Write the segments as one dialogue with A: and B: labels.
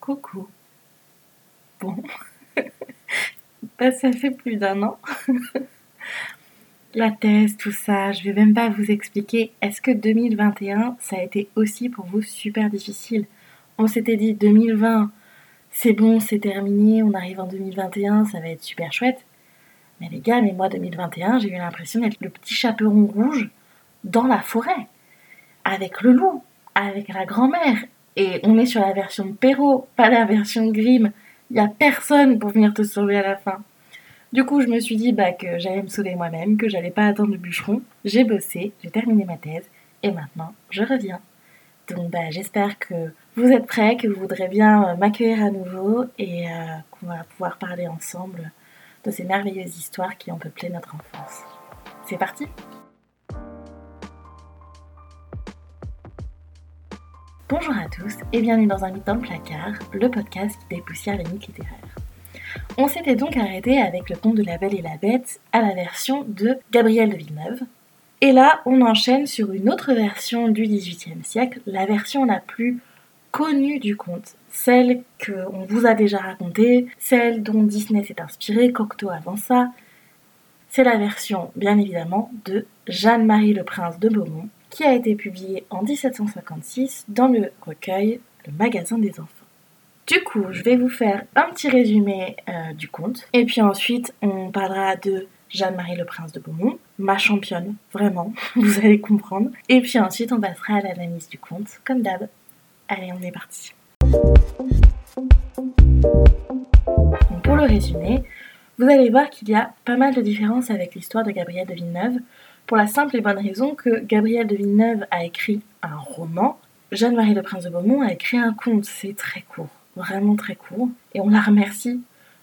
A: Coucou. Bon, ça fait plus d'un an. La thèse, tout ça, je vais même pas vous expliquer. Est-ce que 2021, ça a été aussi pour vous super difficile ? On s'était dit 2020, c'est bon, c'est terminé, on arrive en 2021, ça va être super chouette. Mais les gars, moi 2021, j'ai eu l'impression d'être le petit chaperon rouge dans la forêt, avec le loup, avec la grand-mère. Et on est sur la version Perrault, pas la version Grimm. Il y a personne pour venir te sauver à la fin. Du coup, je me suis dit que j'allais me sauver moi-même, que j'allais pas attendre le bûcheron. J'ai bossé, j'ai terminé ma thèse, et maintenant, je reviens. Donc j'espère que vous êtes prêts, que vous voudrez bien m'accueillir à nouveau, et qu'on va pouvoir parler ensemble de ces merveilleuses histoires qui ont peuplé notre enfance. C'est parti ? Bonjour à tous, et bienvenue dans Un mythe dans le placard, le podcast qui dépoussière les mythes littéraires. On s'était donc arrêté avec le conte de la Belle et la Bête à la version de Gabriel de Villeneuve. Et là, on enchaîne sur une autre version du XVIIIe siècle, la version la plus connue du conte, celle qu'on vous a déjà racontée, celle dont Disney s'est inspiré, Cocteau avant ça. C'est la version, bien évidemment, de Jeanne-Marie le Prince de Beaumont, qui a été publiée en 1756 dans le recueil Le Magasin des enfants. Du coup, je vais vous faire un petit résumé du conte. Et puis ensuite, on parlera de Jeanne-Marie le Prince de Beaumont, ma championne, vraiment, vous allez comprendre. Et puis ensuite, on passera à l'analyse du conte, comme d'hab. Allez, on est parti. Donc, pour le résumé, vous allez voir qu'il y a pas mal de différences avec l'histoire de Gabriel de Villeneuve, pour la simple et bonne raison que Gabriel de Villeneuve a écrit un roman, Jeanne-Marie le Prince de Beaumont a écrit un conte, c'est très court. Vraiment très court, et on la remercie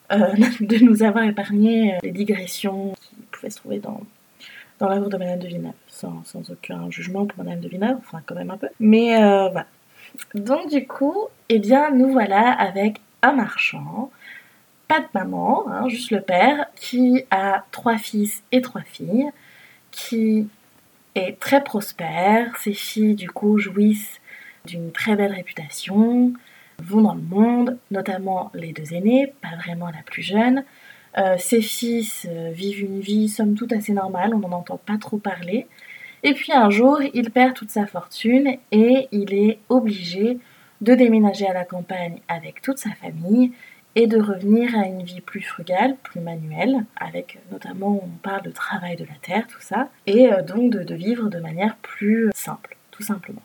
A: de nous avoir épargné les digressions qui pouvaient se trouver dans l'œuvre de Madame de Villeneuve, sans aucun jugement pour Madame de Villeneuve, enfin quand même un peu, mais voilà. Donc du coup, nous voilà avec un marchand, pas de maman, juste le père, qui a 3 fils et 3 filles, qui est très prospère, ses filles du coup jouissent d'une très belle réputation, vont dans le monde, notamment les 2 aînés, pas vraiment la plus jeune. Ses fils vivent une vie somme toute assez normale, on n'en entend pas trop parler. Et puis un jour, il perd toute sa fortune et il est obligé de déménager à la campagne avec toute sa famille et de revenir à une vie plus frugale, plus manuelle, avec notamment, on parle de travail de la terre, tout ça, et donc de vivre de manière plus simple, tout simplement.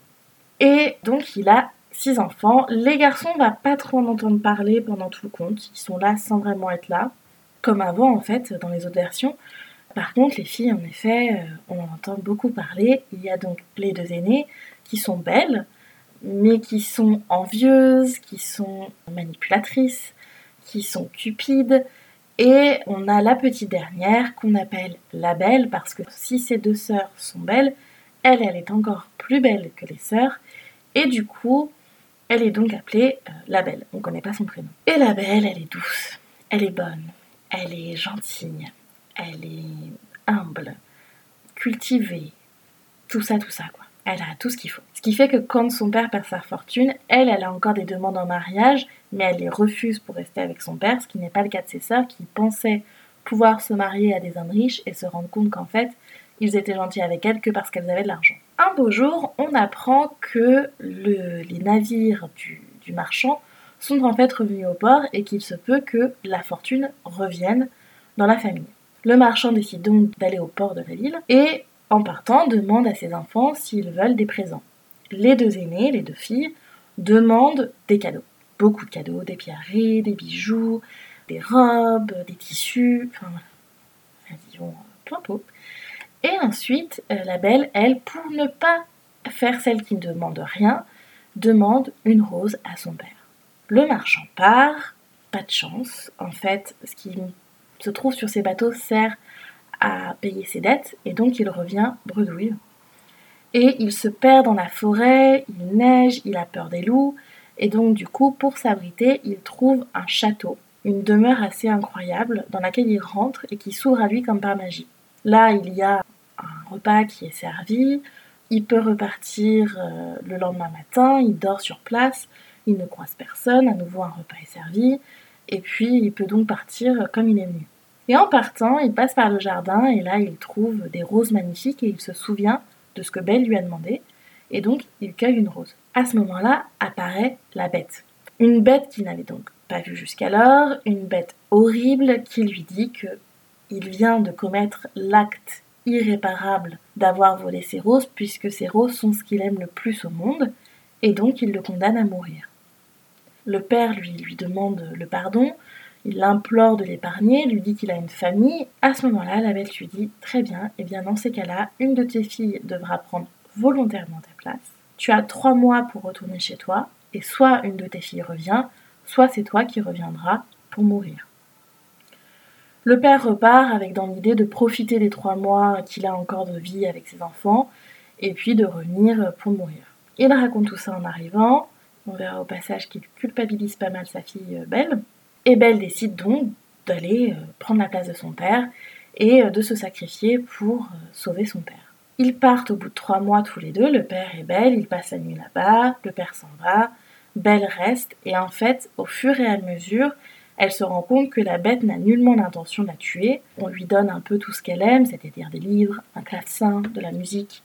A: Et donc il a 6 enfants. Les garçons, on va pas trop en entendre parler pendant tout le conte. Ils sont là sans vraiment être là, comme avant en fait dans les autres versions. Par contre, les filles, en effet, on en entend beaucoup parler. Il y a donc les 2 aînées qui sont belles, mais qui sont envieuses, qui sont manipulatrices, qui sont cupides. Et on a la petite dernière qu'on appelle la belle, parce que si ces 2 sœurs sont belles, elle est encore plus belle que les sœurs. Et du coup, elle est donc appelée la Belle. On ne connaît pas son prénom. Et la Belle, elle est douce, elle est bonne, elle est gentille, elle est humble, cultivée, tout ça quoi. Elle a tout ce qu'il faut. Ce qui fait que quand son père perd sa fortune, elle a encore des demandes en mariage, mais elle les refuse pour rester avec son père, ce qui n'est pas le cas de ses sœurs qui pensaient pouvoir se marier à des hommes riches et se rendre compte qu'en fait, ils étaient gentils avec elle que parce qu'elles avaient de l'argent. Un beau jour, on apprend que les navires du marchand sont en fait revenus au port et qu'il se peut que la fortune revienne dans la famille. Le marchand décide donc d'aller au port de la ville et, en partant, demande à ses enfants s'ils veulent des présents. Les 2 aînés, les 2 filles, demandent des cadeaux. Beaucoup de cadeaux, des pierreries, des bijoux, des robes, des tissus, enfin voilà. Elles y vont plein pot. Et ensuite, la Belle, elle, pour ne pas faire celle qui ne demande rien, demande une rose à son père. Le marchand part, pas de chance. En fait, ce qui se trouve sur ses bateaux sert à payer ses dettes, et donc il revient bredouille. Et il se perd dans la forêt, il neige, il a peur des loups, et donc du coup, pour s'abriter, il trouve un château, une demeure assez incroyable, dans laquelle il rentre et qui s'ouvre à lui comme par magie. Là, il y a un repas qui est servi, il peut repartir le lendemain matin, il dort sur place, il ne croise personne, à nouveau un repas est servi, et puis il peut donc partir comme il est venu. Et en partant, il passe par le jardin, et là il trouve des roses magnifiques, et il se souvient de ce que Belle lui a demandé, et donc il cueille une rose. À ce moment-là, apparaît la bête. Une bête qu'il n'avait donc pas vue jusqu'alors, une bête horrible qui lui dit qu'il vient de commettre l'acte irréparable d'avoir volé ses roses, puisque ces roses sont ce qu'il aime le plus au monde, et donc il le condamne à mourir. Le père lui demande le pardon, il l'implore de l'épargner, lui dit qu'il a une famille. À ce moment-là, la bête lui dit « Très bien, et bien dans ces cas-là, une de tes filles devra prendre volontairement ta place. Tu as 3 mois pour retourner chez toi, et soit une de tes filles revient, soit c'est toi qui reviendras pour mourir. » Le père repart avec dans l'idée de profiter des 3 mois qu'il a encore de vie avec ses enfants, et puis de revenir pour mourir. Il raconte tout ça en arrivant, on verra au passage qu'il culpabilise pas mal sa fille Belle, et Belle décide donc d'aller prendre la place de son père, et de se sacrifier pour sauver son père. Ils partent au bout de 3 mois tous les deux, le père et Belle, ils passent la nuit là-bas, le père s'en va, Belle reste, et en fait, au fur et à mesure, elle se rend compte que la bête n'a nullement l'intention de la tuer. On lui donne un peu tout ce qu'elle aime, c'est-à-dire des livres, un clavecin, de la musique.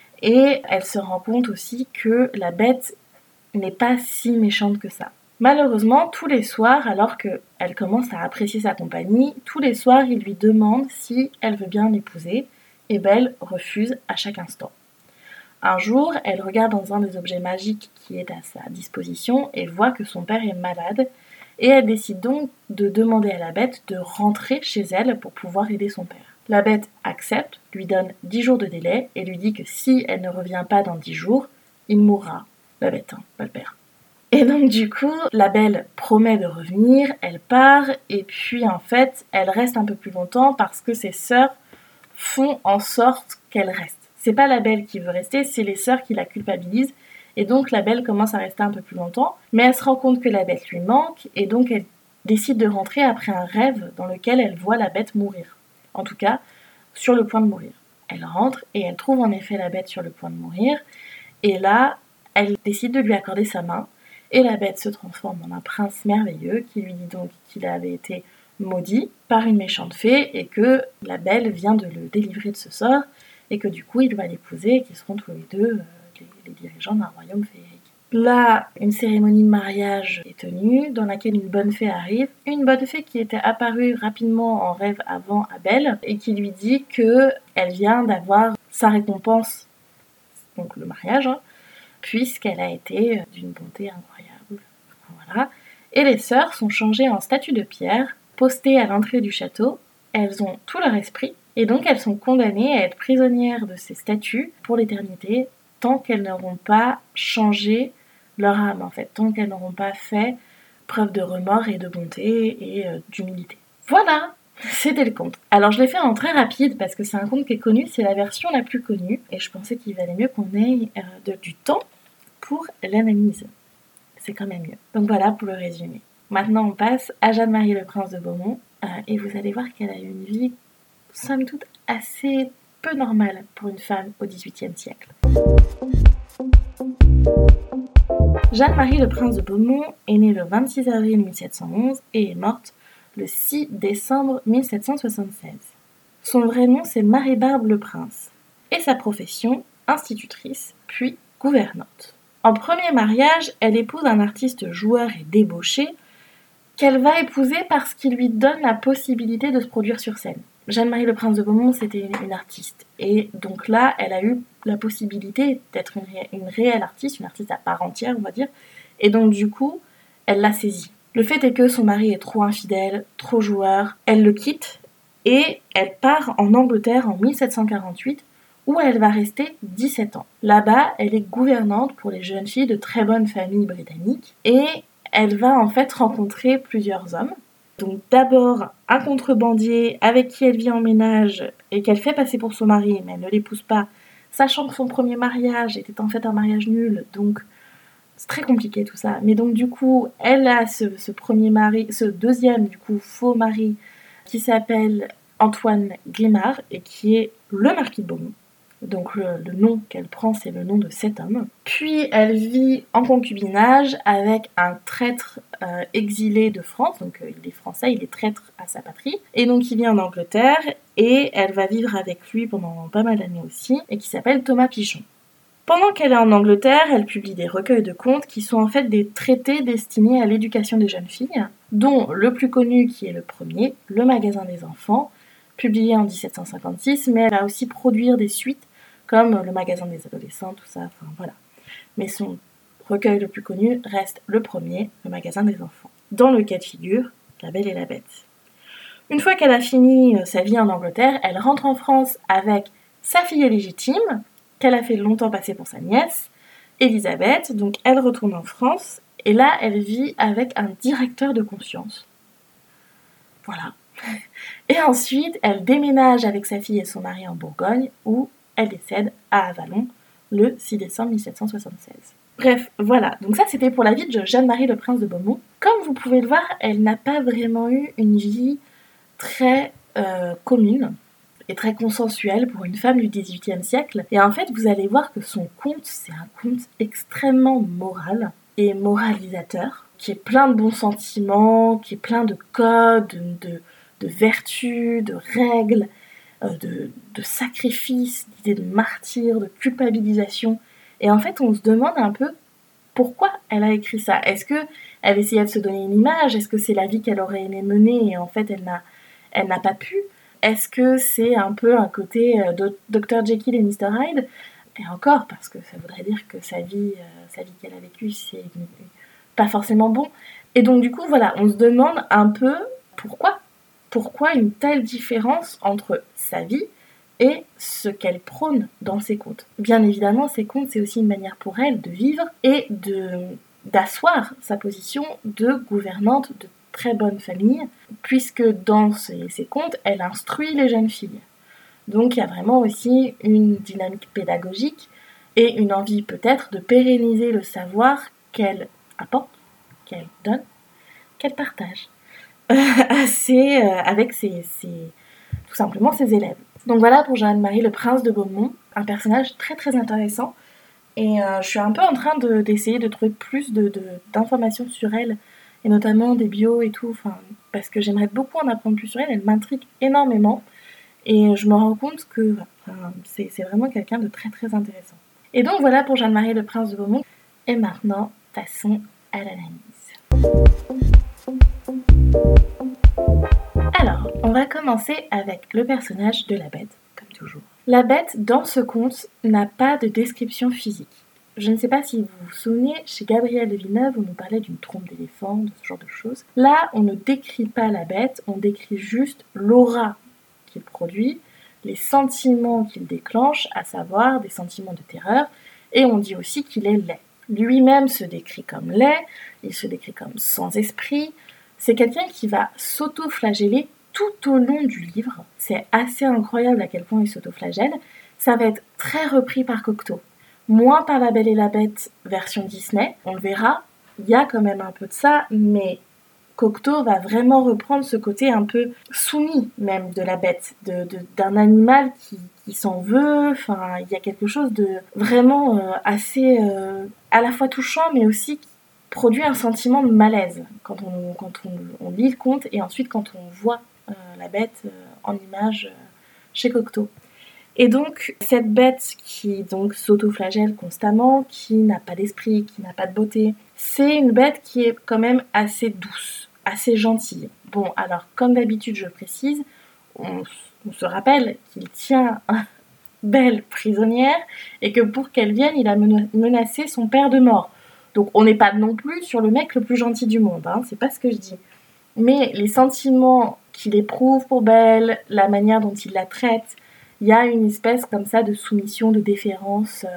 A: Et elle se rend compte aussi que la bête n'est pas si méchante que ça. Malheureusement, tous les soirs, alors qu'elle commence à apprécier sa compagnie, tous les soirs, il lui demande si elle veut bien l'épouser, et Belle refuse à chaque instant. Un jour, elle regarde dans un des objets magiques qui est à sa disposition et voit que son père est malade, et elle décide donc de demander à la bête de rentrer chez elle pour pouvoir aider son père. La bête accepte, lui donne 10 jours de délai et lui dit que si elle ne revient pas dans 10 jours, il mourra. La bête, pas le père. Et donc du coup, la belle promet de revenir, elle part, et puis en fait, elle reste un peu plus longtemps parce que ses sœurs font en sorte qu'elle reste. C'est pas la belle qui veut rester, c'est les sœurs qui la culpabilisent, et donc la belle commence à rester un peu plus longtemps, mais elle se rend compte que la bête lui manque, et donc elle décide de rentrer après un rêve dans lequel elle voit la bête mourir. En tout cas, sur le point de mourir. Elle rentre, et elle trouve en effet la bête sur le point de mourir, et là, elle décide de lui accorder sa main, et la bête se transforme en un prince merveilleux qui lui dit donc qu'il avait été maudit par une méchante fée et que la belle vient de le délivrer de ce sort et que du coup il doit l'épouser et qu'ils seront tous les deux les dirigeants d'un royaume féerique. Là, une cérémonie de mariage est tenue dans laquelle une bonne fée arrive, une bonne fée qui était apparue rapidement en rêve avant à Belle et qui lui dit qu'elle vient d'avoir sa récompense, donc le mariage, puisqu'elle a été d'une bonté incroyable. Voilà. Et les sœurs sont changées en statues de pierre, postées à l'entrée du château. Elles ont tout leur esprit, et donc elles sont condamnées à être prisonnières de ces statues pour l'éternité, tant qu'elles n'auront pas changé leur âme, en fait, tant qu'elles n'auront pas fait preuve de remords et de bonté et d'humilité. Voilà, c'était le conte. Alors je l'ai fait en très rapide parce que c'est un conte qui est connu, c'est la version la plus connue, et je pensais qu'il valait mieux qu'on ait du temps pour l'analyse. C'est quand même mieux. Donc voilà pour le résumé. Maintenant on passe à Jeanne-Marie le Prince de Beaumont, et vous allez voir qu'elle a eu une vie, somme toute, assez peu normale pour une femme au XVIIIe siècle. Jeanne-Marie le Prince de Beaumont est née le 26 avril 1711 et est morte le 6 décembre 1776. Son vrai nom c'est Marie-Barbe le Prince, et sa profession, institutrice, puis gouvernante. En premier mariage, elle épouse un artiste joueur et débauché qu'elle va épouser parce qu'il lui donne la possibilité de se produire sur scène. Jeanne-Marie le Prince de Beaumont, c'était une artiste. Et donc là, elle a eu la possibilité d'être une réelle artiste, une artiste à part entière, on va dire. Et donc du coup, elle l'a saisie. Le fait est que son mari est trop infidèle, trop joueur. Elle le quitte et elle part en Angleterre en 1748 où elle va rester 17 ans. Là-bas, elle est gouvernante pour les jeunes filles de très bonnes familles britanniques et elle va en fait rencontrer plusieurs hommes. Donc d'abord un contrebandier avec qui elle vit en ménage et qu'elle fait passer pour son mari, mais elle ne l'épouse pas, sachant que son premier mariage était en fait un mariage nul, donc c'est très compliqué tout ça. Mais donc du coup, elle a ce premier mari, ce deuxième du coup faux mari qui s'appelle Antoine Glimard et qui est le marquis de Beaumont. Donc le nom qu'elle prend, c'est le nom de cet homme. Puis elle vit en concubinage avec un traître exilé de France, donc il est français, il est traître à sa patrie, et donc il vit en Angleterre, et elle va vivre avec lui pendant pas mal d'années aussi, et qui s'appelle Thomas Pichon. Pendant qu'elle est en Angleterre, elle publie des recueils de contes qui sont en fait des traités destinés à l'éducation des jeunes filles, dont le plus connu qui est le premier, Le Magasin des enfants, publié en 1756, mais elle va aussi produire des suites comme Le Magasin des adolescents, tout ça, enfin voilà. Mais son recueil le plus connu reste le premier, Le Magasin des enfants, dans le cas de figure La Belle et la Bête. Une fois qu'elle a fini sa vie en Angleterre, elle rentre en France avec sa fille légitime, qu'elle a fait longtemps passer pour sa nièce, Elisabeth. Donc elle retourne en France, et là elle vit avec un directeur de conscience. Voilà. Et ensuite, elle déménage avec sa fille et son mari en Bourgogne, où elle décède à Avallon le 6 décembre 1776. Bref, voilà. Donc ça, c'était pour la vie de Jeanne-Marie le Prince de Beaumont. Comme vous pouvez le voir, elle n'a pas vraiment eu une vie très commune et très consensuelle pour une femme du XVIIIe siècle. Et en fait, vous allez voir que son conte, c'est un conte extrêmement moral et moralisateur, qui est plein de bons sentiments, qui est plein de codes, de vertus, de règles, de sacrifices, d'idées de martyr, de culpabilisation. Et en fait, on se demande un peu pourquoi elle a écrit ça. Est-ce qu'elle essayait de se donner une image? Est-ce que c'est la vie qu'elle aurait aimé mener et en fait elle n'a pas pu? Est-ce que c'est un peu un côté Dr Jekyll et Mr Hyde? Et encore, parce que ça voudrait dire que sa vie qu'elle a vécue, c'est pas forcément bon. Et donc du coup, voilà, on se demande un peu pourquoi une telle différence entre sa vie et ce qu'elle prône dans ses contes. Bien évidemment, ses contes, c'est aussi une manière pour elle de vivre et d'asseoir sa position de gouvernante de très bonne famille, puisque dans ses contes, elle instruit les jeunes filles. Donc il y a vraiment aussi une dynamique pédagogique et une envie peut-être de pérenniser le savoir qu'elle apporte, qu'elle donne, qu'elle partage avec tout simplement ses élèves. Donc voilà pour Jeanne-Marie le Prince de Beaumont, un personnage très très intéressant. Et je suis un peu en train d'essayer de trouver plus d'informations sur elle, et notamment des bios et tout, parce que j'aimerais beaucoup en apprendre plus sur elle. Elle m'intrigue énormément, et je me rends compte que c'est vraiment quelqu'un de très très intéressant. Et donc voilà pour Jeanne-Marie le Prince de Beaumont. Et maintenant, passons à l'analyse. Alors, on va commencer avec le personnage de la Bête, comme toujours. La Bête, dans ce conte, n'a pas de description physique. Je ne sais pas si vous vous souvenez, chez Gabrielle de Villeneuve, on nous parlait d'une trompe d'éléphant, de ce genre de choses. Là, on ne décrit pas la Bête, on décrit juste l'aura qu'il produit, les sentiments qu'il déclenche, à savoir des sentiments de terreur, et on dit aussi qu'il est laid. Lui-même se décrit comme laid, il se décrit comme sans esprit. C'est quelqu'un qui va s'auto-flageller tout au long du livre. C'est assez incroyable à quel point il s'auto-flagelle. Ça va être très repris par Cocteau. Moins par La Belle et la Bête version Disney, on le verra. Il y a quand même un peu de ça, mais Cocteau va vraiment reprendre ce côté un peu soumis même de la bête, d'un animal qui s'en veut. Enfin, il y a quelque chose de vraiment assez à la fois touchant, mais aussi qui produit un sentiment de malaise quand on lit le conte et ensuite quand on voit la bête en image chez Cocteau. Et donc, cette bête qui donc s'auto-flagelle constamment, qui n'a pas d'esprit, qui n'a pas de beauté, c'est une bête qui est quand même assez douce, assez gentille. Bon, alors, comme d'habitude, je précise, on se rappelle qu'il tient une belle prisonnière et que pour qu'elle vienne, il a menacé son père de mort. Donc, on n'est pas non plus sur le mec le plus gentil du monde, hein, c'est pas ce que je dis. Mais les sentiments qu'il éprouve pour Belle, la manière dont il la traite, il y a une espèce comme ça de soumission, de déférence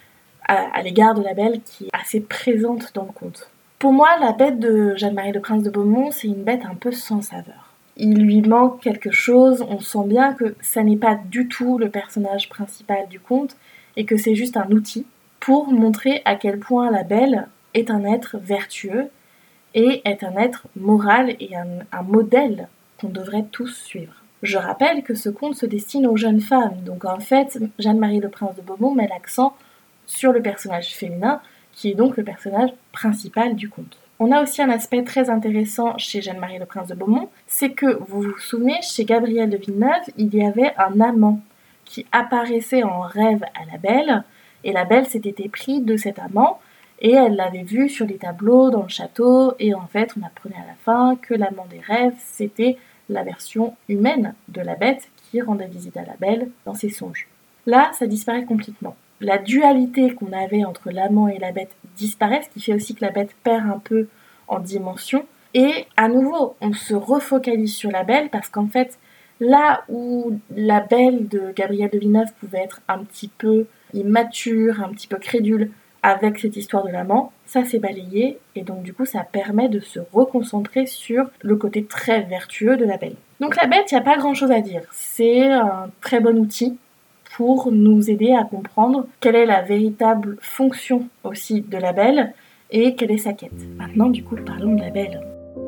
A: à l'égard de la Belle qui est assez présente dans le conte. Pour moi, la bête de Jeanne-Marie le Prince de Beaumont, c'est une bête un peu sans saveur. Il lui manque quelque chose, on sent bien que ça n'est pas du tout le personnage principal du conte et que c'est juste un outil pour montrer à quel point la Belle est un être vertueux et est un être moral et un modèle qu'on devrait tous suivre. Je rappelle que ce conte se destine aux jeunes femmes, donc en fait, Jeanne-Marie le Prince de Beaumont met l'accent sur le personnage féminin, qui est donc le personnage principal du conte. On a aussi un aspect très intéressant chez Jeanne-Marie le Prince de Beaumont, c'est que, vous vous souvenez, chez Gabrielle de Villeneuve, il y avait un amant qui apparaissait en rêve à la Belle, et la Belle s'était épris de cet amant, et elle l'avait vu sur les tableaux dans le château, et en fait, on apprenait à la fin que l'amant des rêves, c'était la version humaine de la Bête qui rendait visite à la Belle dans ses songes. Là, ça disparaît complètement. La dualité qu'on avait entre l'amant et la Bête disparaît, ce qui fait aussi que la Bête perd un peu en dimension. Et à nouveau, on se refocalise sur la Belle parce qu'en fait, là où la Belle de Gabrielle de Villeneuve pouvait être un petit peu immature, un petit peu crédule avec cette histoire de l'amant, ça s'est balayé et donc du coup ça permet de se reconcentrer sur le côté très vertueux de la Belle. Donc la Bête, il n'y a pas grand chose à dire. C'est un très bon outil pour nous aider à comprendre quelle est la véritable fonction aussi de la Belle et quelle est sa quête. Maintenant, du coup, parlons de la Belle.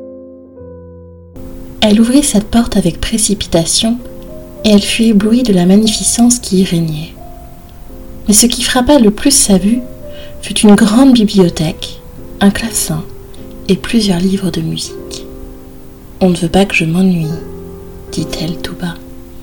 B: Elle ouvrit cette porte avec précipitation et elle fut éblouie de la magnificence qui y régnait. Mais ce qui frappa le plus sa vue fut une grande bibliothèque, un clavecin et plusieurs livres de musique. « On ne veut pas que je m'ennuie, dit-elle tout bas.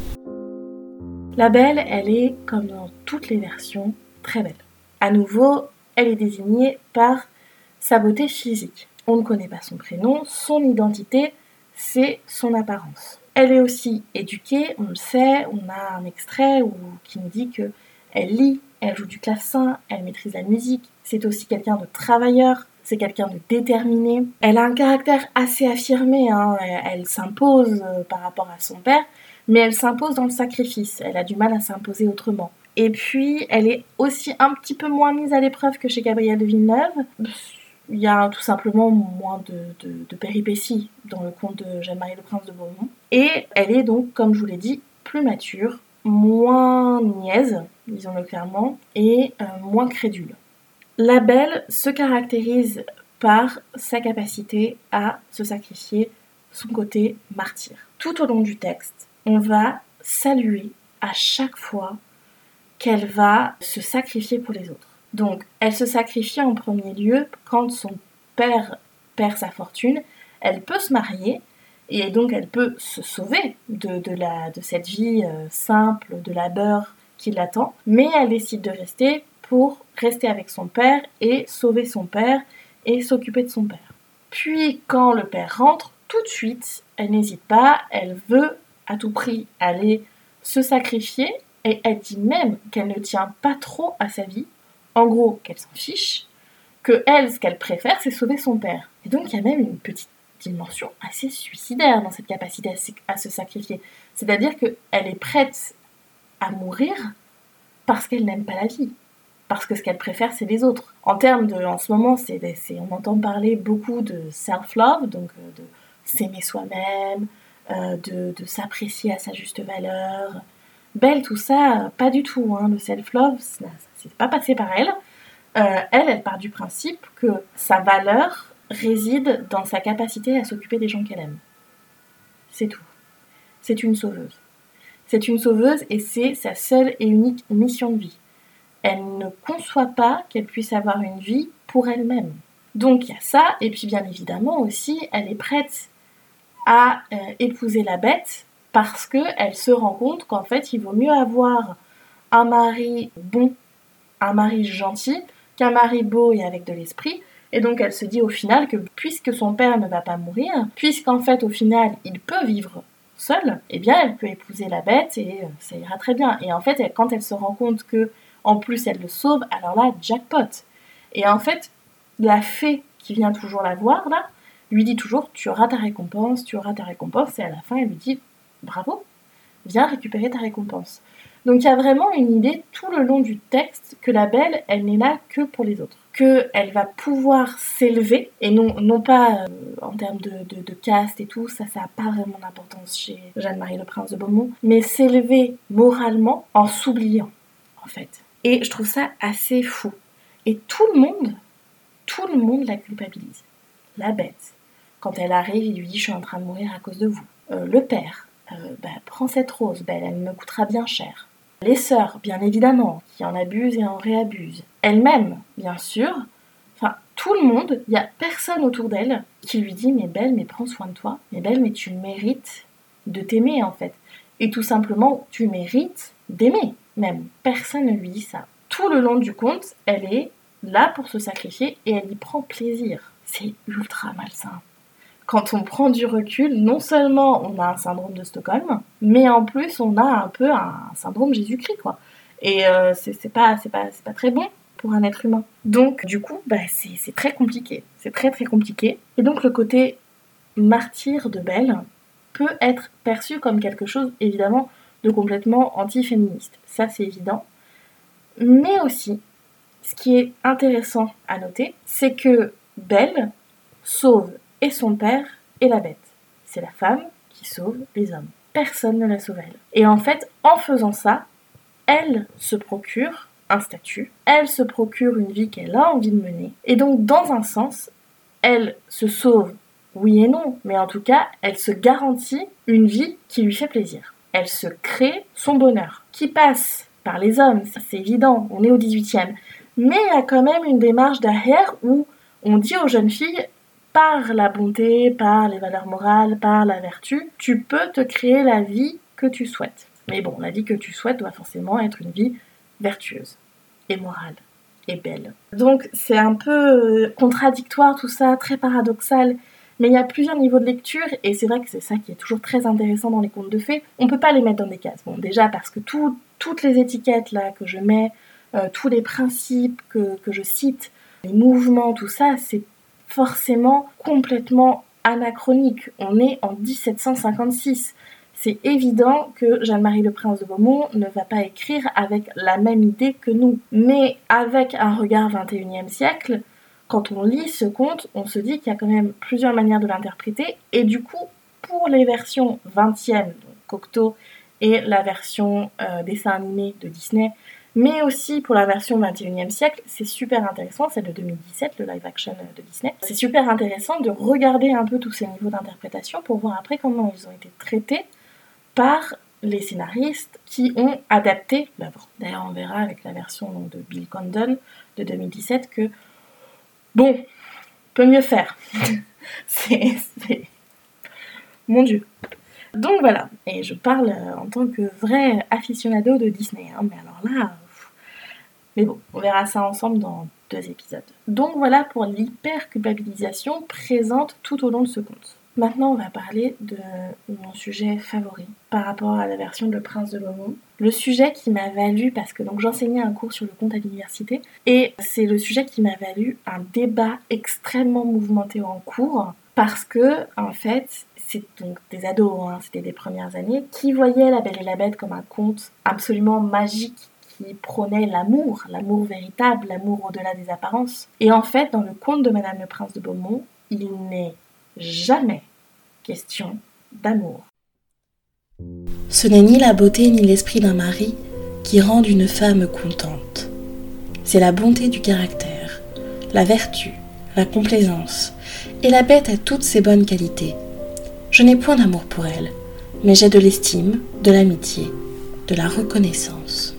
A: La Belle, elle est, comme dans toutes les versions, très belle. À nouveau, elle est désignée par sa beauté physique. On ne connaît pas son prénom, son identité, c'est son apparence. Elle est aussi éduquée, on le sait, on a un extrait qui nous dit qu'elle lit, elle joue du clavecin, elle maîtrise la musique, c'est aussi quelqu'un de travailleur, c'est quelqu'un de déterminé. Elle a un caractère assez affirmé, elle s'impose par rapport à son père, mais elle s'impose dans le sacrifice, elle a du mal à s'imposer autrement. Et puis, elle est aussi un petit peu moins mise à l'épreuve que chez Gabrielle de Villeneuve. Il y a tout simplement moins de péripéties dans le conte de Jeanne-Marie le Prince de Beaumont. Et elle est donc, comme je vous l'ai dit, plus mature, moins niaise, disons-le clairement, et moins crédule. La Belle se caractérise par sa capacité à se sacrifier, son côté martyr. Tout au long du texte, on va saluer à chaque fois qu'elle va se sacrifier pour les autres. Donc, elle se sacrifie en premier lieu quand son père perd sa fortune, elle peut se marier et donc elle peut se sauver de cette vie simple, de labeur qui l'attend, mais elle décide de rester pour rester avec son père et sauver son père et s'occuper de son père. Puis, quand le père rentre, tout de suite, elle n'hésite pas, elle veut à tout prix aller se sacrifier et elle dit même qu'elle ne tient pas trop à sa vie, en gros qu'elle s'en fiche, que elle, ce qu'elle préfère, c'est sauver son père. Et donc il y a même une petite dimension assez suicidaire dans cette capacité à se sacrifier. C'est-à-dire qu'elle est prête à mourir parce qu'elle n'aime pas la vie. Parce que ce qu'elle préfère, c'est les autres. En ce moment, on entend parler beaucoup de self-love, donc de s'aimer soi-même, de s'apprécier à sa juste valeur. Belle, tout ça, pas du tout. Le self-love, ça s'est pas passé par elle. Elle part du principe que sa valeur réside dans sa capacité à s'occuper des gens qu'elle aime. C'est tout. C'est une sauveuse. C'est une sauveuse et c'est sa seule et unique mission de vie. Elle ne conçoit pas qu'elle puisse avoir une vie pour elle-même. Donc il y a ça, et puis bien évidemment aussi, elle est prête à épouser la Bête parce qu'elle se rend compte qu'en fait, il vaut mieux avoir un mari bon, un mari gentil, qu'un mari beau et avec de l'esprit. Et donc elle se dit au final que puisque son père ne va pas mourir, puisqu'en fait au final il peut vivre seul, eh bien elle peut épouser la Bête et ça ira très bien. Et en fait, quand elle se rend compte que en plus elle le sauve, alors là, jackpot. Et en fait, la fée qui vient toujours la voir là, lui dit toujours tu auras ta récompense, et à la fin elle lui dit bravo, viens récupérer ta récompense. Donc il y a vraiment une idée tout le long du texte que la Belle, elle n'est là que pour les autres. Qu'elle va pouvoir s'élever, et non pas en termes de caste et tout, ça n'a pas vraiment d'importance chez Jeanne-Marie le Prince de Beaumont, mais s'élever moralement en s'oubliant, en fait. Et je trouve ça assez fou. Et tout le monde la culpabilise. La Bête, quand elle arrive, il lui dit « je suis en train de mourir à cause de vous ». Le père, Prends cette rose, Belle, elle me coûtera bien cher. Les sœurs, bien évidemment, qui en abusent et en réabusent. Elle-même, bien sûr. Enfin, tout le monde, il n'y a personne autour d'elle qui lui dit « Mais Belle, mais prends soin de toi. Mais Belle, mais tu mérites de t'aimer, en fait. Et tout simplement, tu mérites d'aimer, même. » Personne ne lui dit ça. Tout le long du conte, elle est là pour se sacrifier et elle y prend plaisir. C'est ultra malsain. Quand on prend du recul, non seulement on a un syndrome de Stockholm, mais en plus on a un peu un syndrome Jésus-Christ, quoi. Et c'est pas très bon pour un être humain. Donc du coup, c'est très compliqué. C'est très très compliqué. Et donc le côté martyr de Belle peut être perçu comme quelque chose, évidemment, de complètement anti-féministe. Ça, c'est évident. Mais aussi, ce qui est intéressant à noter, c'est que Belle sauve et son père et la bête. C'est la femme qui sauve les hommes. Personne ne la sauve elle. Et en fait, en faisant ça, elle se procure un statut, elle se procure une vie qu'elle a envie de mener. Et donc, dans un sens, elle se sauve, oui et non, mais en tout cas, elle se garantit une vie qui lui fait plaisir. Elle se crée son bonheur, qui passe par les hommes, c'est évident, on est au 18e. Mais il y a quand même une démarche derrière où on dit aux jeunes filles, par la bonté, par les valeurs morales, par la vertu, tu peux te créer la vie que tu souhaites. Mais bon, la vie que tu souhaites doit forcément être une vie vertueuse et morale et belle. Donc c'est un peu contradictoire tout ça, très paradoxal, mais il y a plusieurs niveaux de lecture et c'est vrai que c'est ça qui est toujours très intéressant dans les contes de fées. On peut pas les mettre dans des cases. Bon, déjà parce que toutes les étiquettes là que je mets, tous les principes que je cite, les mouvements, tout ça, c'est forcément complètement anachronique. On est en 1756. C'est évident que Jeanne-Marie Le Prince de Beaumont ne va pas écrire avec la même idée que nous. Mais avec un regard 21e siècle, quand on lit ce conte, on se dit qu'il y a quand même plusieurs manières de l'interpréter. Et du coup, pour les versions 20e, donc Cocteau, et la version dessin animé de Disney, mais aussi pour la version 21e siècle, c'est super intéressant, celle de 2017, le live action de Disney. C'est super intéressant de regarder un peu tous ces niveaux d'interprétation pour voir après comment ils ont été traités par les scénaristes qui ont adapté l'œuvre. D'ailleurs, on verra avec la version donc, de Bill Condon de 2017 que, bon, peut mieux faire. c'est... Mon Dieu. Donc voilà, et je parle en tant que vrai aficionado de Disney, hein, mais alors là... Mais bon, on verra ça ensemble dans 2 épisodes. Donc voilà pour l'hyperculpabilisation présente tout au long de ce conte. Maintenant, on va parler de mon sujet favori par rapport à la version de Le Prince de Beaumont. Le sujet qui m'a valu, parce que donc j'enseignais un cours sur le conte à l'université, et c'est le sujet qui m'a valu un débat extrêmement mouvementé en cours, parce que, en fait, c'est donc des ados, hein, c'était des premières années, qui voyaient La Belle et la Bête comme un conte absolument magique, qui prônait l'amour véritable, l'amour au-delà des apparences. Et en fait, dans le conte de Madame le Prince de Beaumont, il n'est jamais question d'amour.
B: Ce n'est ni la beauté ni l'esprit d'un mari qui rendent une femme contente. C'est la bonté du caractère, la vertu, la complaisance, et la bête a toutes ses bonnes qualités. Je n'ai point d'amour pour elle, mais j'ai de l'estime, de l'amitié, de la reconnaissance.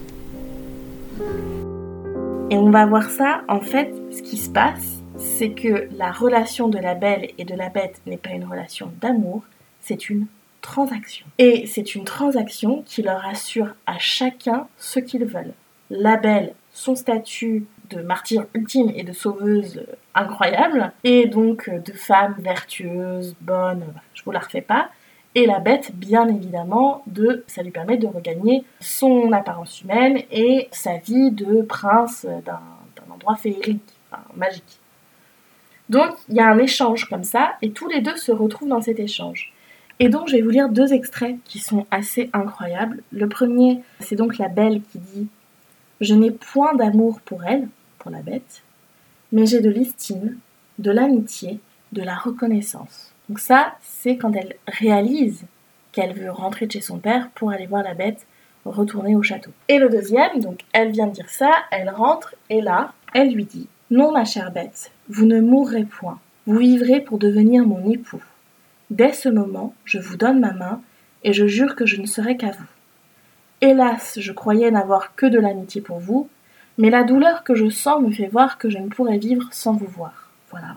A: Et on va voir ça, en fait, ce qui se passe, c'est que la relation de la belle et de la bête n'est pas une relation d'amour, c'est une transaction. Et c'est une transaction qui leur assure à chacun ce qu'ils veulent. La belle, son statut de martyre ultime et de sauveuse incroyable, et donc de femme vertueuse, bonne, je vous la refais pas, et la bête, bien évidemment, ça lui permet de regagner son apparence humaine et sa vie de prince d'un endroit féerique, enfin, magique. Donc, il y a un échange comme ça, et tous les deux se retrouvent dans cet échange. Et donc, je vais vous lire 2 extraits qui sont assez incroyables. Le premier, c'est donc la belle qui dit « Je n'ai point d'amour pour elle, pour la bête, mais j'ai de l'estime, de l'amitié, de la reconnaissance. » Donc ça, c'est quand elle réalise qu'elle veut rentrer de chez son père pour aller voir la bête retourner au château. Et le deuxième, donc elle vient de dire ça, elle rentre et là, elle lui dit « Non ma chère bête, vous ne mourrez point, vous vivrez pour devenir mon époux. Dès ce moment, je vous donne ma main et je jure que je ne serai qu'à vous. Hélas, je croyais n'avoir que de l'amitié pour vous, mais la douleur que je sens me fait voir que je ne pourrais vivre sans vous voir. Voilà.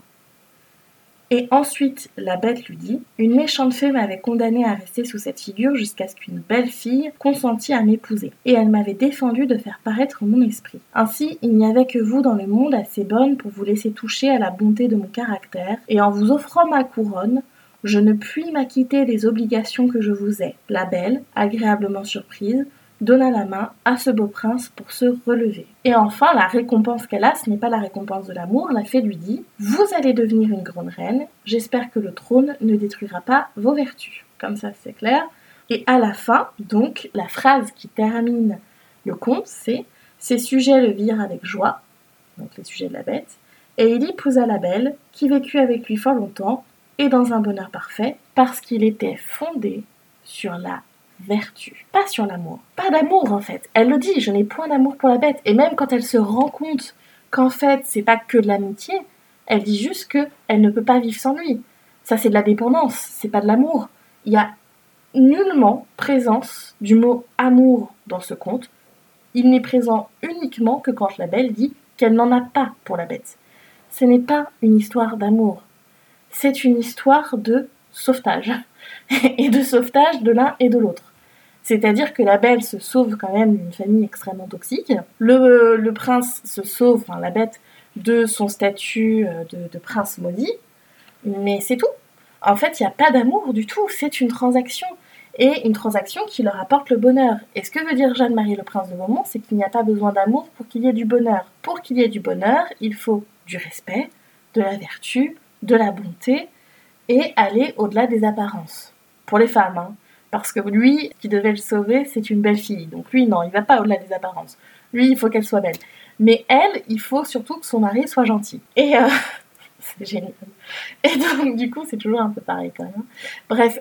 A: Et ensuite, la bête lui dit « Une méchante fée m'avait condamnée à rester sous cette figure jusqu'à ce qu'une belle fille consentît à m'épouser, et elle m'avait défendu de faire paraître mon esprit. Ainsi, il n'y avait que vous dans le monde assez bonne pour vous laisser toucher à la bonté de mon caractère, et en vous offrant ma couronne, je ne puis m'acquitter des obligations que je vous ai. » La belle, agréablement surprise, donna la main à ce beau prince pour se relever. Et enfin, la récompense qu'elle a, ce n'est pas la récompense de l'amour. La fée lui dit « Vous allez devenir une grande reine, j'espère que le trône ne détruira pas vos vertus. » Comme ça, c'est clair. Et à la fin, donc, la phrase qui termine le conte, c'est « Ses sujets le virent avec joie », donc les sujets de la bête, et il épousa la belle, qui vécut avec lui fort longtemps, et dans un bonheur parfait, parce qu'il était fondé sur la vertu, pas sur l'amour. Pas d'amour en fait. Elle le dit, je n'ai point d'amour pour la bête. Et même quand elle se rend compte qu'en fait c'est pas que de l'amitié, elle dit juste qu'elle ne peut pas vivre sans lui. Ça c'est de la dépendance, c'est pas de l'amour. Il y a nullement présence du mot amour dans ce conte. Il n'est présent uniquement que quand la belle dit qu'elle n'en a pas pour la bête. Ce n'est pas une histoire d'amour. C'est une histoire de sauvetage. Et de sauvetage de l'un et de l'autre. C'est-à-dire que la belle se sauve quand même d'une famille extrêmement toxique. Le prince se sauve, enfin la bête, de son statut de prince maudit. Mais c'est tout. En fait, il n'y a pas d'amour du tout. C'est une transaction. Et une transaction qui leur apporte le bonheur. Et ce que veut dire Jeanne-Marie le Prince de Beaumont, c'est qu'il n'y a pas besoin d'amour pour qu'il y ait du bonheur. Pour qu'il y ait du bonheur, il faut du respect, de la vertu, de la bonté, et aller au-delà des apparences. Pour les femmes, hein. Parce que lui, qui devait le sauver, c'est une belle fille. Donc lui, non, il va pas au-delà des apparences. Lui, il faut qu'elle soit belle. Mais elle, il faut surtout que son mari soit gentil. Et c'est génial. Et donc, du coup, c'est toujours un peu pareil quand même. Bref,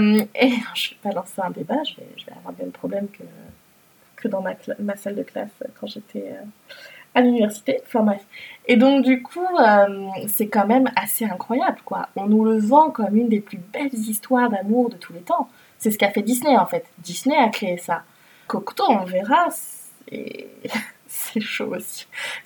A: et je vais pas lancer un débat, je vais avoir le même problème que dans ma salle de classe quand j'étais à l'université. Enfin bref. Et donc, du coup, c'est quand même assez incroyable, quoi. On nous le vend comme une des plus belles histoires d'amour de tous les temps. C'est ce qu'a fait Disney, en fait. Disney a créé ça. Cocteau, on verra, c'est chaud aussi.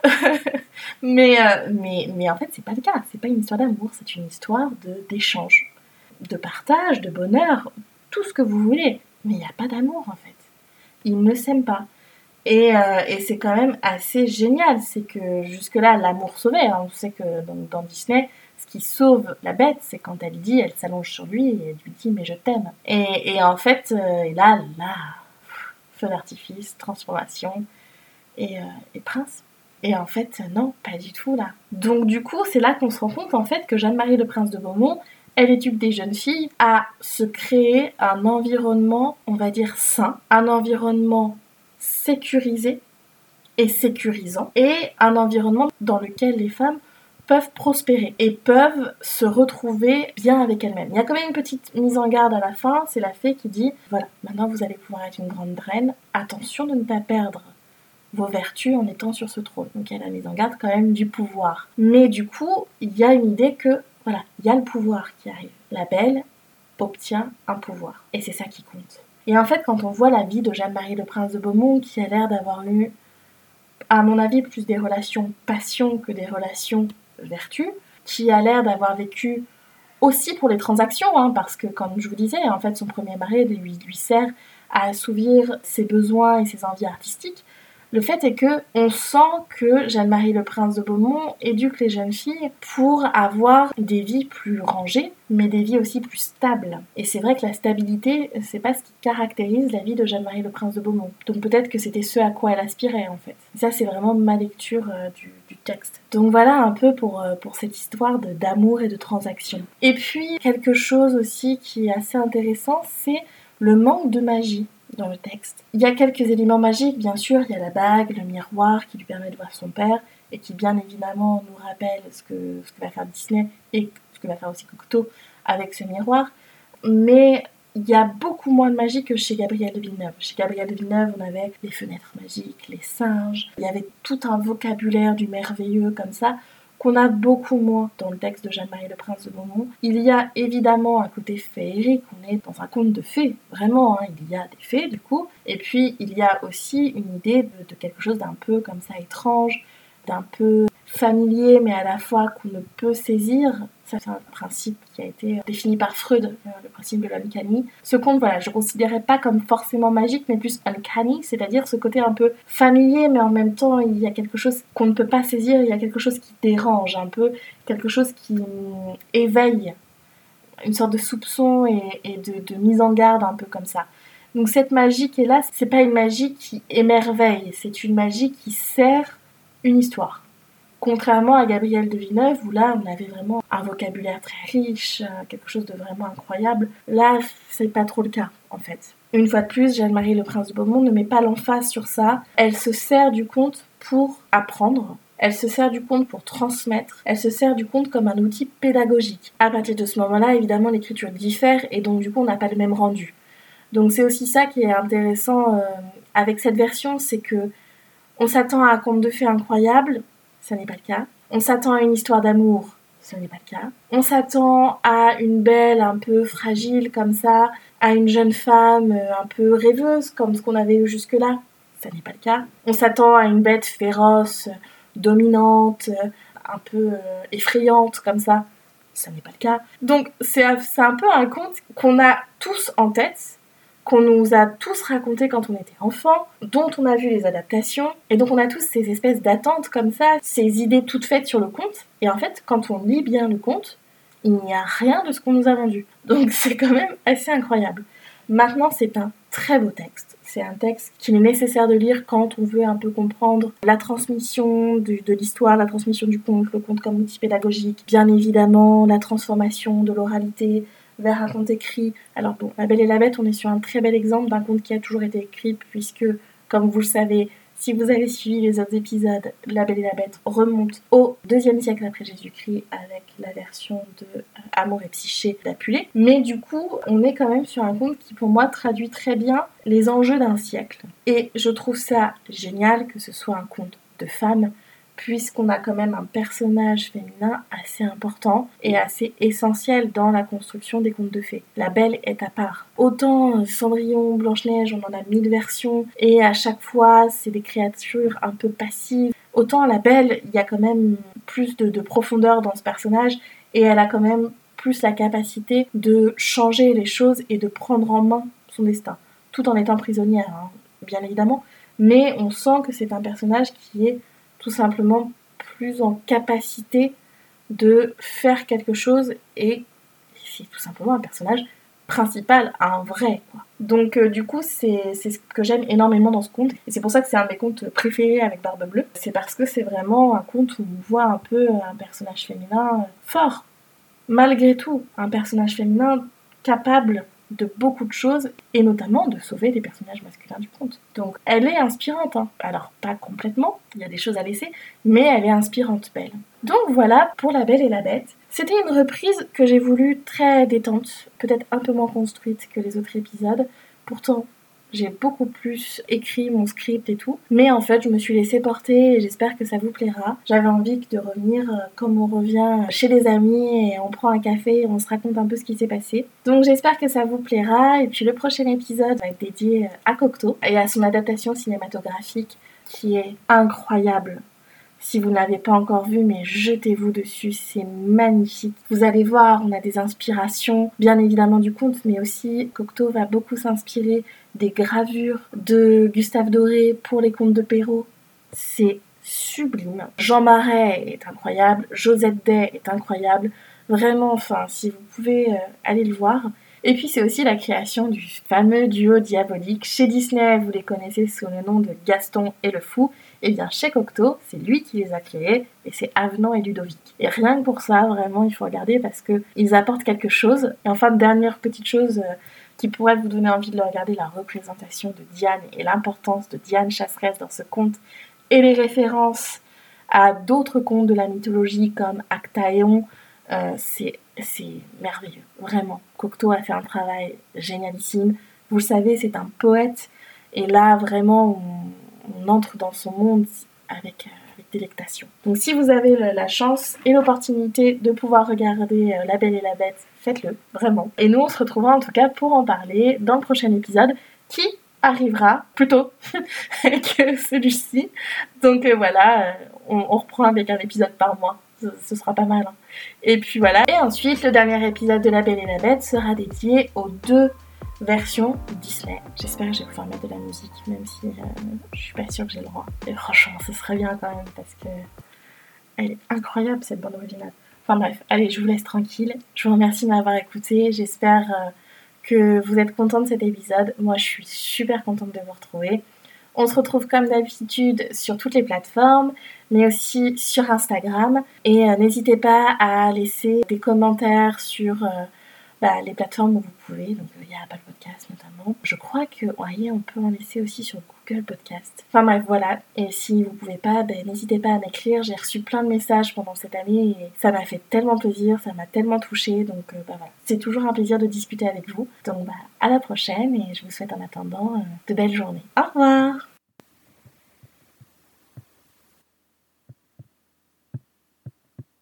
A: mais en fait, c'est pas le cas. C'est pas une histoire d'amour, c'est une histoire d'échange, de partage, de bonheur, tout ce que vous voulez. Mais il n'y a pas d'amour, en fait. Ils ne s'aiment pas. Et c'est quand même assez génial. C'est que jusque-là, l'amour sauvait. Hein. On sait que dans Disney, ce qui sauve la bête, c'est quand elle s'allonge sur lui et elle lui dit « mais je t'aime ». Et en fait, là, feu d'artifice, transformation et prince. Et en fait, non, pas du tout là. Donc du coup, c'est là qu'on se rend compte en fait que Jeanne-Marie le Prince de Beaumont, elle éduque des jeunes filles à se créer un environnement, on va dire sain, un environnement sécurisé et sécurisant, et un environnement dans lequel les femmes peuvent prospérer et peuvent se retrouver bien avec elles-mêmes. Il y a quand même une petite mise en garde à la fin, c'est la fée qui dit « Voilà, maintenant vous allez pouvoir être une grande reine, attention de ne pas perdre vos vertus en étant sur ce trône. » Donc il y a la mise en garde quand même du pouvoir. Mais du coup, il y a une idée que, voilà, il y a le pouvoir qui arrive. La belle obtient un pouvoir, et c'est ça qui compte. Et en fait, quand on voit la vie de Jeanne-Marie le Prince de Beaumont, qui a l'air d'avoir eu, à mon avis, plus des relations passion que des relations vertu, qui a l'air d'avoir vécu aussi pour les transactions, hein, parce que, comme je vous disais, en fait, son premier mari lui sert à assouvir ses besoins et ses envies artistiques. Le fait est que on sent que Jeanne-Marie le Prince de Beaumont éduque les jeunes filles pour avoir des vies plus rangées, mais des vies aussi plus stables. Et c'est vrai que la stabilité, c'est pas ce qui caractérise la vie de Jeanne-Marie le Prince de Beaumont. Donc peut-être que c'était ce à quoi elle aspirait en fait. Et ça, c'est vraiment ma lecture du texte. Donc voilà un peu pour cette histoire d'amour et de transaction. Et puis, quelque chose aussi qui est assez intéressant, c'est le manque de magie dans le texte. Il y a quelques éléments magiques, bien sûr, il y a la bague, le miroir qui lui permet de voir son père et qui bien évidemment nous rappelle ce que va faire Disney et ce que va faire aussi Cocteau avec ce miroir, mais il y a beaucoup moins de magie que chez Gabrielle de Villeneuve. Chez Gabrielle de Villeneuve, on avait les fenêtres magiques, les singes, il y avait tout un vocabulaire du merveilleux comme ça. qu'on a beaucoup moins dans le texte de Jeanne-Marie Le Prince de Beaumont. Il y a évidemment un côté féerique, on est dans un conte de fées, vraiment, il y a des fées du coup, et puis il y a aussi une idée de quelque chose d'un peu comme ça étrange, d'un peu familier mais à la fois qu'on ne peut saisir. Ça, c'est un principe qui a été défini par Freud, le principe de l'uncanny. Ce conte, voilà, je ne considérais pas comme forcément magique, mais plus uncanny, c'est-à-dire ce côté un peu familier, mais en même temps, il y a quelque chose qu'on ne peut pas saisir, il y a quelque chose qui dérange un peu, quelque chose qui éveille une sorte de soupçon et de mise en garde un peu comme ça. Donc cette magie qui est là, c'est pas une magie qui émerveille, c'est une magie qui sert une histoire. Contrairement à Gabrielle de Villeneuve, où là, on avait vraiment un vocabulaire très riche, quelque chose de vraiment incroyable. Là, c'est pas trop le cas, en fait. Une fois de plus, Jeanne-Marie Le Prince de Beaumont ne met pas l'emphase sur ça. Elle se sert du conte pour apprendre. Elle se sert du conte pour transmettre. Elle se sert du conte comme un outil pédagogique. À partir de ce moment-là, évidemment, l'écriture diffère et donc, du coup, on n'a pas le même rendu. Donc, c'est aussi ça qui est intéressant avec cette version, c'est que on s'attend à un conte de fées incroyable. Ce n'est pas le cas. On s'attend à une histoire d'amour, ce n'est pas le cas. On s'attend à une belle un peu fragile comme ça, à une jeune femme un peu rêveuse comme ce qu'on avait eu jusque-là, ce n'est pas le cas. On s'attend à une bête féroce, dominante, un peu effrayante comme ça, ce n'est pas le cas. Donc c'est un peu un conte qu'on a tous en tête, qu'on nous a tous raconté quand on était enfant, dont on a vu les adaptations, et donc on a tous ces espèces d'attentes comme ça, ces idées toutes faites sur le conte, et en fait, quand on lit bien le conte, il n'y a rien de ce qu'on nous a vendu. Donc c'est quand même assez incroyable. Maintenant, c'est un très beau texte. C'est un texte qu'il est nécessaire de lire quand on veut un peu comprendre la transmission de l'histoire, la transmission du conte, le conte comme outil pédagogique, bien évidemment, la transformation de l'oralité vers un conte écrit. Alors bon, La Belle et la Bête, on est sur un très bel exemple d'un conte qui a toujours été écrit, puisque, comme vous le savez, si vous avez suivi les autres épisodes, La Belle et la Bête remonte au IIe siècle après Jésus-Christ avec la version de Amour et Psyché d'Apulée. Mais du coup, on est quand même sur un conte qui, pour moi, traduit très bien les enjeux d'un siècle. Et je trouve ça génial que ce soit un conte de femmes, puisqu'on a quand même un personnage féminin assez important et assez essentiel dans la construction des contes de fées. La Belle est à part. Autant Cendrillon, Blanche-Neige, on en a 1000 versions, et à chaque fois, c'est des créatures un peu passives. Autant La Belle, il y a quand même plus de profondeur dans ce personnage, et elle a quand même plus la capacité de changer les choses et de prendre en main son destin, tout en étant prisonnière, hein, bien évidemment. Mais on sent que c'est un personnage qui est tout simplement plus en capacité de faire quelque chose, et c'est tout simplement un personnage principal, un vrai, quoi. Donc du coup, c'est ce que j'aime énormément dans ce conte, et c'est pour ça que c'est un de mes contes préférés avec Barbe Bleue. C'est parce que c'est vraiment un conte où on voit un peu un personnage féminin fort, malgré tout, un personnage féminin capable de beaucoup de choses, et notamment de sauver les personnages masculins du conte. Donc elle est inspirante, hein. Alors pas complètement, il y a des choses à laisser, mais elle est inspirante, belle. Donc voilà pour La Belle et la Bête. C'était une reprise que j'ai voulu très détente, peut-être un peu moins construite que les autres épisodes. Pourtant, j'ai beaucoup plus écrit mon script et tout, mais en fait je me suis laissée porter et j'espère que ça vous plaira. J'avais envie de revenir comme on revient chez des amis et on prend un café et on se raconte un peu ce qui s'est passé. Donc j'espère que ça vous plaira, et puis le prochain épisode va être dédié à Cocteau et à son adaptation cinématographique qui est incroyable. Si vous ne l'avez pas encore vu, mais jetez-vous dessus, c'est magnifique. Vous allez voir, on a des inspirations, bien évidemment du conte, mais aussi Cocteau va beaucoup s'inspirer des gravures de Gustave Doré pour les contes de Perrault. C'est sublime. Jean Marais est incroyable, Josette Day est incroyable. Vraiment, enfin, si vous pouvez aller le voir. Et puis c'est aussi la création du fameux duo diabolique. Chez Disney, vous les connaissez sous le nom de Gaston et le Fou. Et bien chez Cocteau, c'est lui qui les a créés, et c'est Avenant et Ludovic. Et rien que pour ça, vraiment, il faut regarder parce qu'ils apportent quelque chose. Et enfin, dernière petite chose qui pourrait vous donner envie de le regarder, la représentation de Diane et l'importance de Diane Chasseresse dans ce conte, et les références à d'autres contes de la mythologie comme Actaéon, c'est merveilleux, vraiment. Cocteau a fait un travail génialissime. Vous le savez, c'est un poète, et là, vraiment, on entre dans son monde avec délectation. Donc si vous avez la chance et l'opportunité de pouvoir regarder La Belle et la Bête, faites-le, vraiment. Et nous, on se retrouvera en tout cas pour en parler dans le prochain épisode qui arrivera plus tôt que celui-ci. Donc voilà, on reprend avec un épisode par mois. Ce sera pas mal. Hein. Et puis voilà. Et ensuite, le dernier épisode de La Belle et la Bête sera dédié aux 2 versions Disney. J'espère que je vais pouvoir mettre de la musique, même si je suis pas sûre que j'ai le droit. Et franchement, ce serait bien quand même, parce que elle est incroyable cette bande originale. Enfin bref, allez, je vous laisse tranquille. Je vous remercie de m'avoir écouté. J'espère que vous êtes contents de cet épisode. Moi, je suis super contente de vous retrouver. On se retrouve comme d'habitude sur toutes les plateformes, mais aussi sur Instagram. Et n'hésitez pas à laisser des commentaires sur les plateformes où vous pouvez. Donc il y a Apple Podcast notamment. Je crois que on peut en laisser aussi sur Google Podcast. Enfin bref, voilà. Et si vous pouvez pas, n'hésitez pas à m'écrire. J'ai reçu plein de messages pendant cette année et ça m'a fait tellement plaisir, ça m'a tellement touchée. Donc voilà. C'est toujours un plaisir de discuter avec vous. Donc à la prochaine et je vous souhaite en attendant de belles journées. Au revoir!